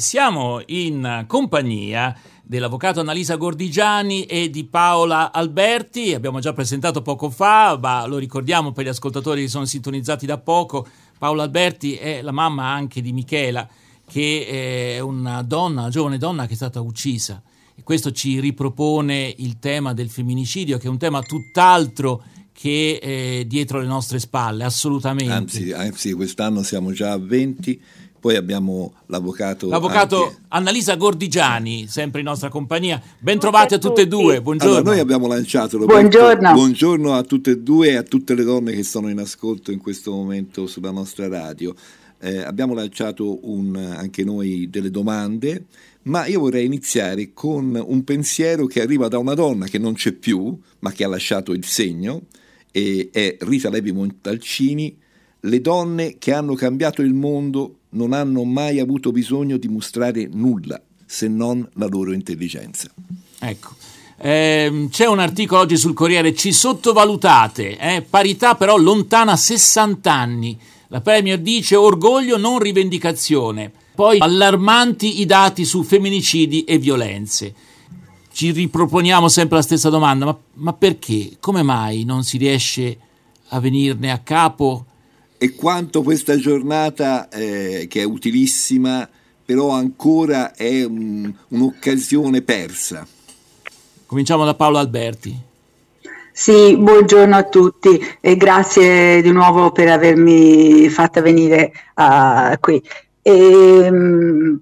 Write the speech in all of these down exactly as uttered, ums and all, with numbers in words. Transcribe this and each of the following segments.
siamo in compagnia dell'avvocato Annalisa Gordigiani e di Paola Alberti. Abbiamo già presentato poco fa, ma lo ricordiamo per gli ascoltatori che sono sintonizzati da poco. Paola Alberti è la mamma anche di Michela, che è una donna, una giovane donna che è stata uccisa. E questo ci ripropone il tema del femminicidio, che è un tema tutt'altro che eh, dietro le nostre spalle, assolutamente. Anzi, anzi, quest'anno siamo già a venti. Poi abbiamo l'avvocato L'avvocato anche... Annalisa Gordigiani, sempre in nostra compagnia. Ben trovati a tutte e due, buongiorno. Allora, noi abbiamo lanciato buongiorno. buongiorno a tutte e due e a tutte le donne che sono in ascolto in questo momento sulla nostra radio. Eh, abbiamo lanciato un, anche noi delle domande, ma io vorrei iniziare con un pensiero che arriva da una donna che non c'è più, ma che ha lasciato il segno, e è Rita Levi Montalcini. Le donne che hanno cambiato il mondo non hanno mai avuto bisogno di mostrare nulla se non la loro intelligenza. Ecco, eh, c'è un articolo oggi sul Corriere: ci sottovalutate, eh? Parità però lontana sessanta anni. La Premier dice orgoglio, non rivendicazione. Poi allarmanti i dati su femminicidi e violenze. Ci riproponiamo sempre la stessa domanda: ma, ma perché? Come mai non si riesce a venirne a capo? E quanto questa giornata, eh, che è utilissima, però ancora è un, un'occasione persa. Cominciamo da Paola Alberti. Sì, buongiorno a tutti e grazie di nuovo per avermi fatta venire uh, qui. E, um,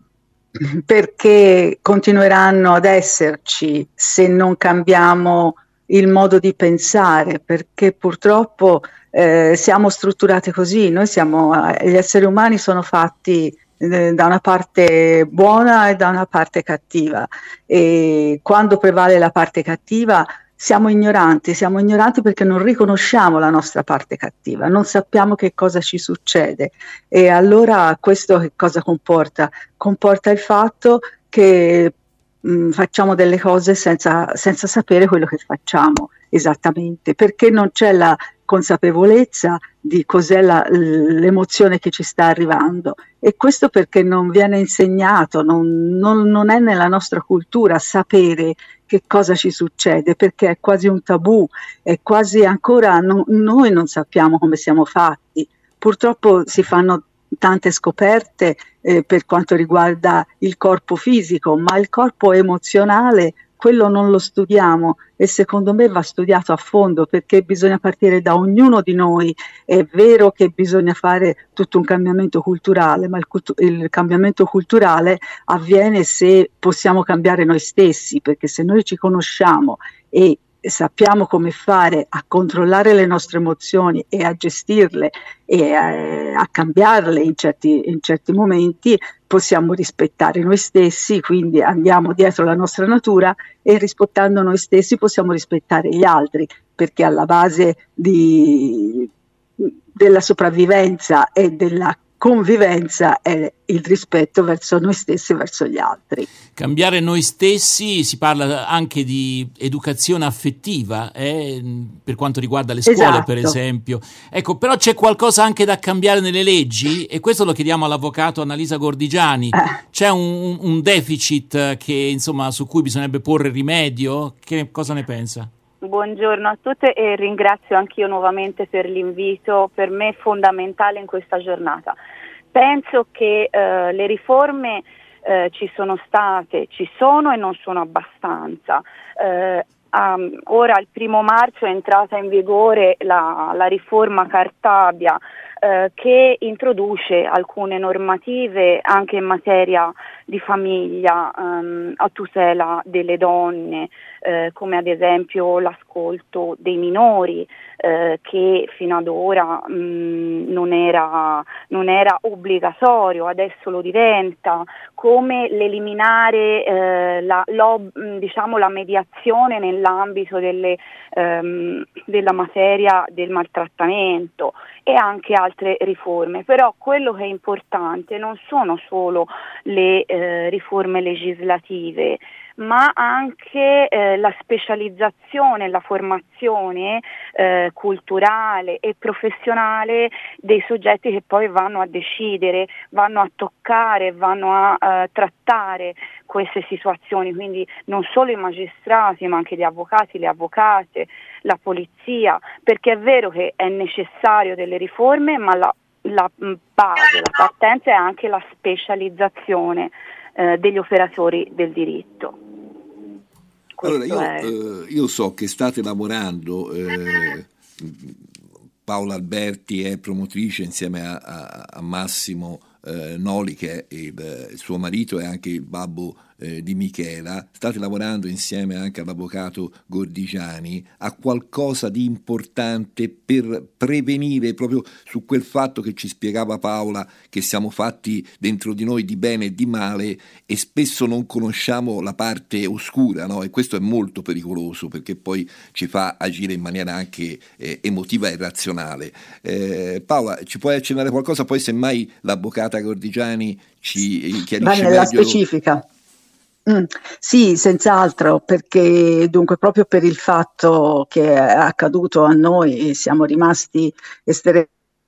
perché continueranno ad esserci se non cambiamo il modo di pensare? Perché purtroppo Eh, siamo strutturate così, noi siamo, gli esseri umani sono fatti eh, da una parte buona e da una parte cattiva, e quando prevale la parte cattiva siamo ignoranti, siamo ignoranti perché non riconosciamo la nostra parte cattiva, non sappiamo che cosa ci succede, e allora questo che cosa comporta? Comporta il fatto che mh, facciamo delle cose senza, senza sapere quello che facciamo esattamente, perché non c'è la consapevolezza di cos'è la, l'emozione che ci sta arrivando, e questo perché non viene insegnato, non, non, non è nella nostra cultura sapere che cosa ci succede, perché è quasi un tabù, è quasi ancora no, noi non sappiamo come siamo fatti. Purtroppo si fanno tante scoperte eh, per quanto riguarda il corpo fisico, ma il corpo emozionale quello non lo studiamo, e secondo me va studiato a fondo, perché bisogna partire da ognuno di noi. È vero che bisogna fare tutto un cambiamento culturale, ma il, il cambiamento culturale avviene se possiamo cambiare noi stessi, perché se noi ci conosciamo e sappiamo come fare a controllare le nostre emozioni e a gestirle e a, a cambiarle in certi, in certi momenti, possiamo rispettare noi stessi, quindi andiamo dietro la nostra natura, e rispettando noi stessi possiamo rispettare gli altri, perché alla base di, della sopravvivenza e della convivenza è il rispetto verso noi stessi e verso gli altri. Cambiare noi stessi, si parla anche di educazione affettiva, eh, per quanto riguarda le scuole, esatto, per esempio. Ecco, però c'è qualcosa anche da cambiare nelle leggi, e questo lo chiediamo all'avvocato Annalisa Gordigiani. Eh. C'è un, un deficit che, insomma, su cui bisognerebbe porre rimedio? Che cosa ne pensa? Buongiorno a tutte e ringrazio anch'io nuovamente per l'invito, per me fondamentale in questa giornata. Penso che eh, le riforme eh, ci sono state, ci sono e non sono abbastanza. Eh, um, ora il primo marzo è entrata in vigore la, la riforma Cartabia, eh, che introduce alcune normative anche in materia di famiglia, um, a tutela delle donne, eh, come ad esempio l'ascolto dei minori, eh, che fino ad ora mh, non era, non era obbligatorio, adesso lo diventa, come l'eliminare eh, la, diciamo, la mediazione nell'ambito delle, ehm, della materia del maltrattamento, e anche altre riforme. Però quello che è importante non sono solo le eh, riforme legislative, ma anche eh, la specializzazione, la formazione eh, culturale e professionale dei soggetti che poi vanno a decidere, vanno a toccare, vanno a eh, trattare queste situazioni, quindi non solo i magistrati ma anche gli avvocati, le avvocate, la polizia, perché è vero che è necessario delle riforme, ma la, la base, la partenza è anche la specializzazione eh, degli operatori del diritto. Allora, io, eh, io so che state lavorando, eh, Paola Alberti è promotrice insieme a, a, a Massimo eh, Noli, che è il, il suo marito e anche il babbo eh, di Michela. State lavorando insieme anche all'avvocato Gordigiani a qualcosa di importante per prevenire proprio su quel fatto che ci spiegava Paola, che siamo fatti dentro di noi di bene e di male e spesso non conosciamo la parte oscura, no? E questo è molto pericoloso perché poi ci fa agire in maniera anche eh, emotiva e razionale. Eh, Paola, ci puoi accennare qualcosa? Poi semmai l'avvocata Gordigiani ci chiarisce va nella meglio. Specifica. Mm, sì, senz'altro, perché dunque proprio per il fatto che è accaduto a noi siamo rimasti estremamente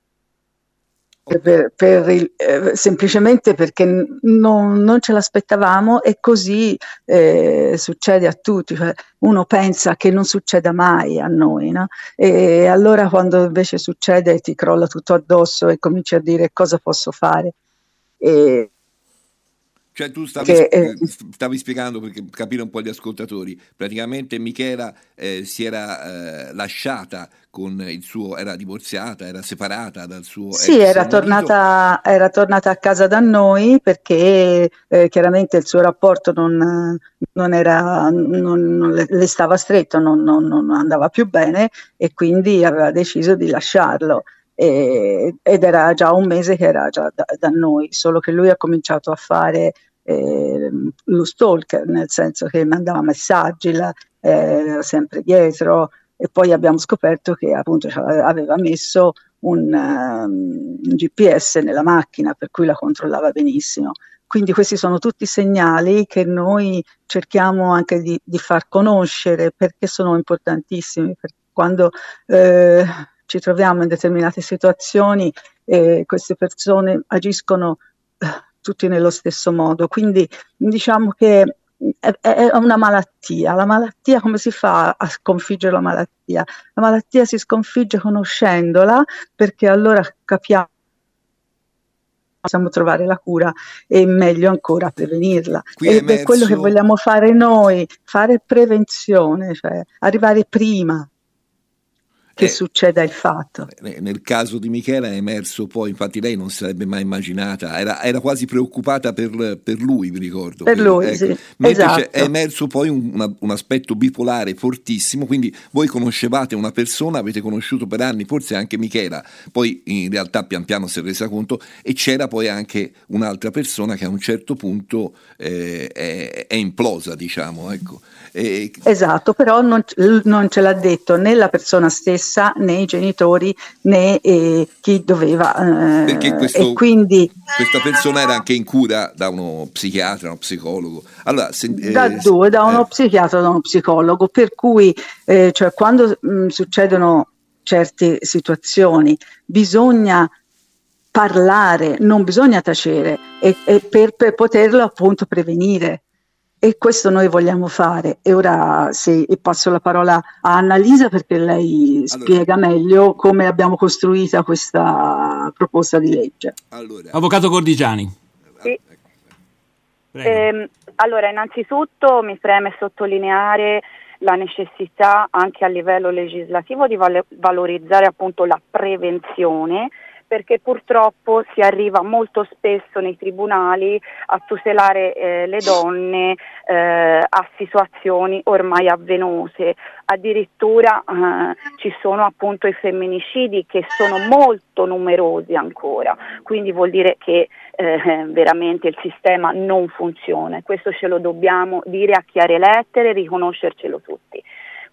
Per, per il, eh, semplicemente perché non, non ce l'aspettavamo e così eh, succede a tutti, cioè, uno pensa che non succeda mai a noi, no? E allora quando invece succede ti crolla tutto addosso e cominci a dire cosa posso fare. E, Cioè tu stavi, che, eh, stavi spiegando, per capire un po' gli ascoltatori, praticamente Michela eh, si era eh, lasciata con il suo, era divorziata, era separata dal suo sì, ex era marito. tornata, era tornata a casa da noi perché eh, chiaramente il suo rapporto non, non era, non, non le, le stava stretto, non, non, non andava più bene e quindi aveva deciso di lasciarlo. E, ed era già un mese che era già da, da noi, solo che lui ha cominciato a fare eh, lo stalker, nel senso che mandava messaggi, la, eh, era sempre dietro e poi abbiamo scoperto che appunto aveva messo un, um, un G P S nella macchina per cui la controllava benissimo. Quindi questi sono tutti segnali che noi cerchiamo anche di, di far conoscere perché sono importantissimi, perché quando eh, ci troviamo in determinate situazioni e queste persone agiscono eh, tutti nello stesso modo, quindi diciamo che è, è una malattia. La malattia, come si fa a sconfiggere la malattia? La malattia si sconfigge conoscendola, perché allora capiamo, possiamo trovare la cura e meglio ancora prevenirla. Qui è Ed emerso... è quello che vogliamo fare noi, fare prevenzione, cioè arrivare prima che eh, succeda il fatto. Nel caso di Michela è emerso poi, infatti lei non si sarebbe mai immaginata, era, era quasi preoccupata per, per lui, vi ricordo. Per che, lui, ecco. sì. Mentre esatto. è emerso poi un, una, un aspetto bipolare fortissimo, quindi voi conoscevate una persona, avete conosciuto per anni, forse anche Michela, poi in realtà pian piano si è resa conto e c'era poi anche un'altra persona che a un certo punto eh, è, è implosa, diciamo, ecco. E... Esatto, però non, non ce l'ha detto né la persona stessa, né i genitori, né eh, chi doveva. Eh, Perché questo, e quindi, questa persona era anche in cura da uno psichiatra, uno psicologo. Allora, se, eh, da due, da uno eh. psichiatra, da uno psicologo, per cui eh, cioè, quando mh, succedono certe situazioni bisogna parlare, non bisogna tacere, e, e per, per poterlo appunto prevenire. E questo noi vogliamo fare. E ora se passo la parola a Annalisa perché lei allora, spiega meglio come abbiamo costruita questa proposta di legge. Allora. Avvocato Gordigiani. Sì. Eh, allora, innanzitutto mi preme sottolineare la necessità anche a livello legislativo di val- valorizzare appunto la prevenzione, perché purtroppo si arriva molto spesso nei tribunali a tutelare eh, le donne eh, a situazioni ormai avvenose. Addirittura eh, ci sono appunto i femminicidi che sono molto numerosi ancora, quindi vuol dire che eh, veramente il sistema non funziona. Questo ce lo dobbiamo dire a chiare lettere, riconoscercelo tutti.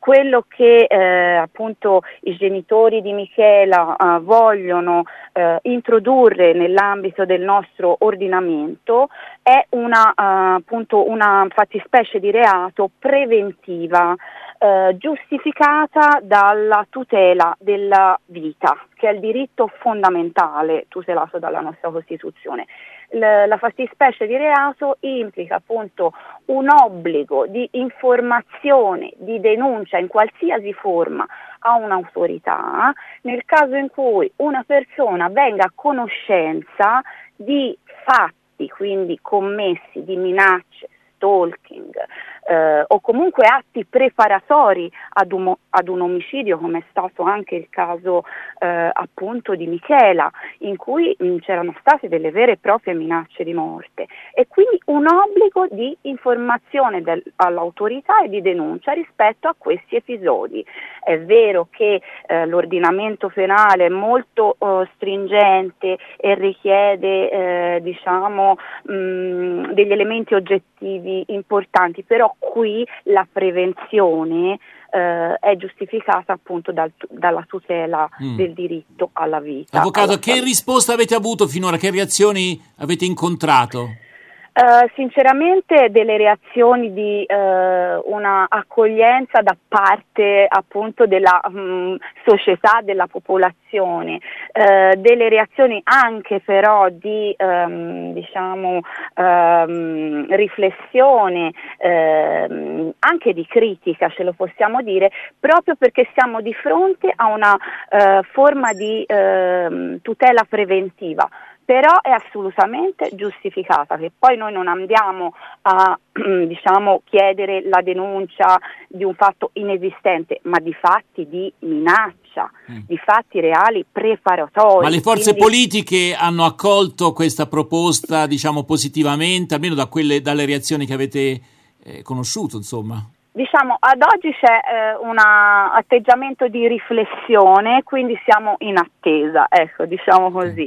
quello che eh, appunto i genitori di Michela eh, vogliono eh, introdurre nell'ambito del nostro ordinamento è una, eh, appunto una fattispecie di reato preventiva eh, giustificata dalla tutela della vita, che è il diritto fondamentale tutelato dalla nostra Costituzione. La fattispecie di reato implica appunto un obbligo di informazione, di denuncia in qualsiasi forma a un'autorità nel caso in cui una persona venga a conoscenza di fatti, quindi commessi, di minacce, stalking eh, o comunque atti preparatori ad un, ad un omicidio, come è stato anche il caso eh, appunto di Michela, in cui mh, c'erano state delle vere e proprie minacce di morte, e quindi un obbligo di informazione del, all'autorità e di denuncia rispetto a questi episodi. È vero che eh, l'ordinamento penale è molto eh, stringente e richiede eh, diciamo mh, degli elementi oggettivi importanti, però qui la prevenzione eh, è giustificata appunto dal, dalla tutela mm. del diritto alla vita. Avvocato, che risposta avete avuto finora? Che reazioni avete incontrato? Uh, sinceramente delle reazioni di uh, una accoglienza da parte appunto della um, società, della popolazione, uh, delle reazioni anche però di um, diciamo um, riflessione, uh, anche di critica, ce lo possiamo dire, proprio perché siamo di fronte a una uh, forma di uh, tutela preventiva, però è assolutamente giustificata, che poi noi non andiamo a diciamo chiedere la denuncia di un fatto inesistente, ma di fatti di minaccia, mm. di fatti reali preparatori. Ma le forze quindi... politiche hanno accolto questa proposta, diciamo, positivamente, almeno da quelle, dalle reazioni che avete eh, conosciuto, insomma? Diciamo, ad oggi c'è eh, un atteggiamento di riflessione, quindi siamo in attesa, ecco, diciamo così.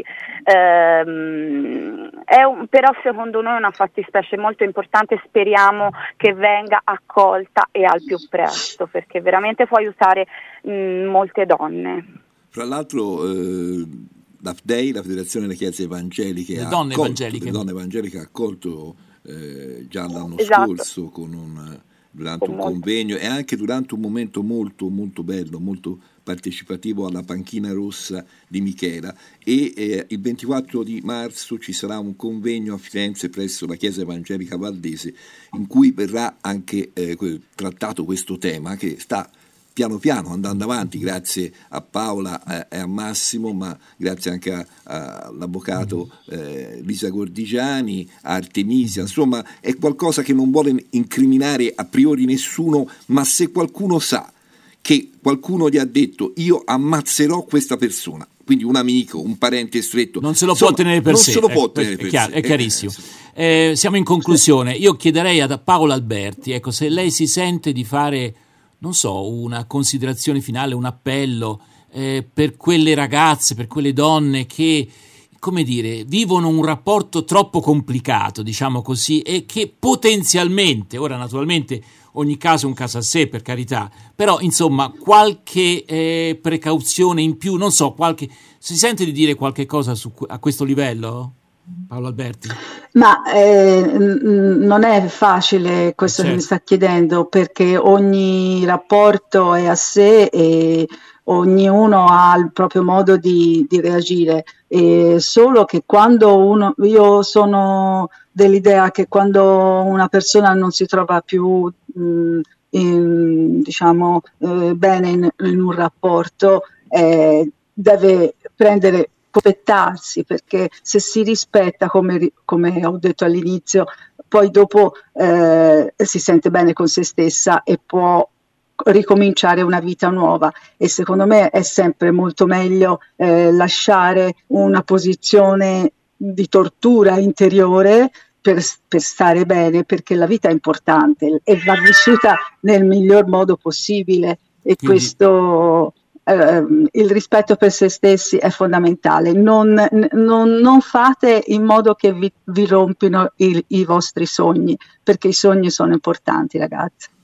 Ehm, è un, però secondo noi una fattispecie molto importante, speriamo che venga accolta e al più presto, perché veramente può aiutare mh, molte donne. Fra l'altro eh, l'A F D E I, la Federazione delle Chiese Evangeliche, le ha donne accolto, evangeliche, le donne evangeliche ha accolto eh, già l'anno esatto. scorso con un... durante un convegno e anche durante un momento molto molto bello, molto partecipativo alla panchina rossa di Michela, e eh, il ventiquattro di marzo ci sarà un convegno a Firenze presso la Chiesa Evangelica Valdese in cui verrà anche eh, trattato questo tema che sta piano piano andando avanti grazie a Paola e a Massimo, ma grazie anche a, a, all'avvocato eh, Lisa Gordigiani, a Artemisia. Insomma, è qualcosa che non vuole incriminare a priori nessuno, ma se qualcuno sa che qualcuno gli ha detto io ammazzerò questa persona, quindi un amico, un parente stretto, non se lo insomma, può tenere per non sé, se lo può è, tenere è, per chiaro, sé. È chiarissimo. Eh, siamo in conclusione. Io chiederei a Paola Alberti, ecco, se lei si sente di fare, non so, una considerazione finale, un appello eh, per quelle ragazze, per quelle donne che, come dire, vivono un rapporto troppo complicato, diciamo così, e che potenzialmente, ora naturalmente ogni caso è un caso a sé, per carità, però insomma qualche eh, precauzione in più, non so, qualche, si sente di dire qualche cosa su, a questo livello? Paolo Alberti? Ma eh, n- non è facile questo certo. che mi sta chiedendo, perché ogni rapporto è a sé e ognuno ha il proprio modo di, di reagire, e solo che quando uno, io sono dell'idea che quando una persona non si trova più mh, in, diciamo eh, bene in, in un rapporto, eh, deve prendere rispettarsi, perché se si rispetta, come, come ho detto all'inizio, poi dopo eh, si sente bene con se stessa e può ricominciare una vita nuova. E secondo me è sempre molto meglio eh, lasciare una posizione di tortura interiore per, per stare bene, perché la vita è importante e va vissuta nel miglior modo possibile, e Quindi... questo Uh, il rispetto per se stessi è fondamentale. Non, non, non fate in modo che vi, vi rompino i, i vostri sogni, perché i sogni sono importanti, ragazzi.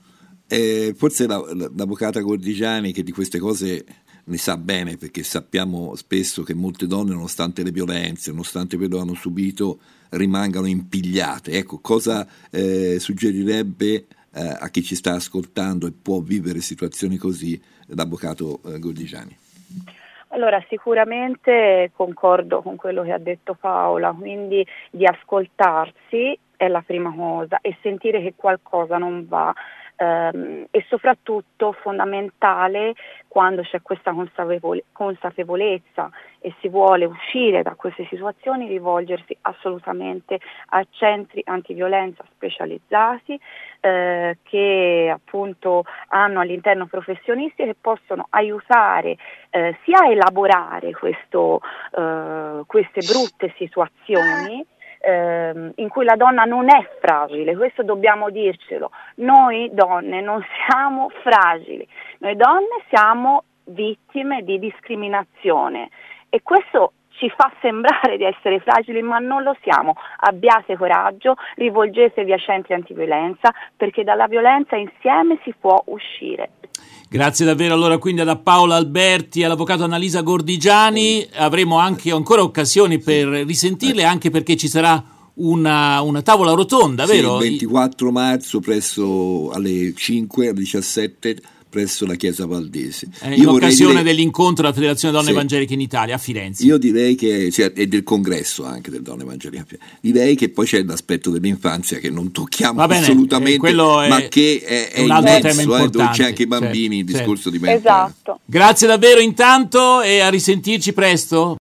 eh, forse la, l'avvocata Gordigiani, che di queste cose ne sa bene, perché sappiamo spesso che molte donne, nonostante le violenze, nonostante quello che hanno subito, rimangano impigliate. Ecco, cosa eh, suggerirebbe eh, a chi ci sta ascoltando e può vivere situazioni così l'avvocato eh, Gordigiani? Allora, sicuramente concordo con quello che ha detto Paola, quindi di ascoltarsi è la prima cosa e sentire che qualcosa non va. Um, e soprattutto fondamentale quando c'è questa consapevole- consapevolezza e si vuole uscire da queste situazioni, rivolgersi assolutamente a centri antiviolenza specializzati eh, che appunto hanno all'interno professionisti che possono aiutare eh, sia a elaborare questo, eh, queste brutte situazioni in cui la donna non è fragile, questo dobbiamo dircelo. Noi donne non siamo fragili, noi donne siamo vittime di discriminazione e questo ci fa sembrare di essere fragili, ma non lo siamo. Abbiate coraggio, rivolgetevi a centri antiviolenza, perché dalla violenza insieme si può uscire. Grazie davvero allora quindi a Paola Alberti e all'avvocato Annalisa Gordigiani. Avremo anche ancora occasioni per risentirle, anche perché ci sarà una, una tavola rotonda, vero? Sì, il ventiquattro marzo presso alle cinque alle diciassette presso la Chiesa Valdese. Eh, in occasione dire... dell'incontro della Federazione Donne sì. Evangeliche in Italia a Firenze. Io direi che, cioè, e del congresso anche delle Donne Evangeliche, direi che poi c'è l'aspetto dell'infanzia che non tocchiamo bene, assolutamente, eh, ma è, che è, è un altro immenso, tema eh, dove c'è anche i certo, bambini, il certo. discorso di mentale. Esatto. Grazie davvero intanto e a risentirci presto.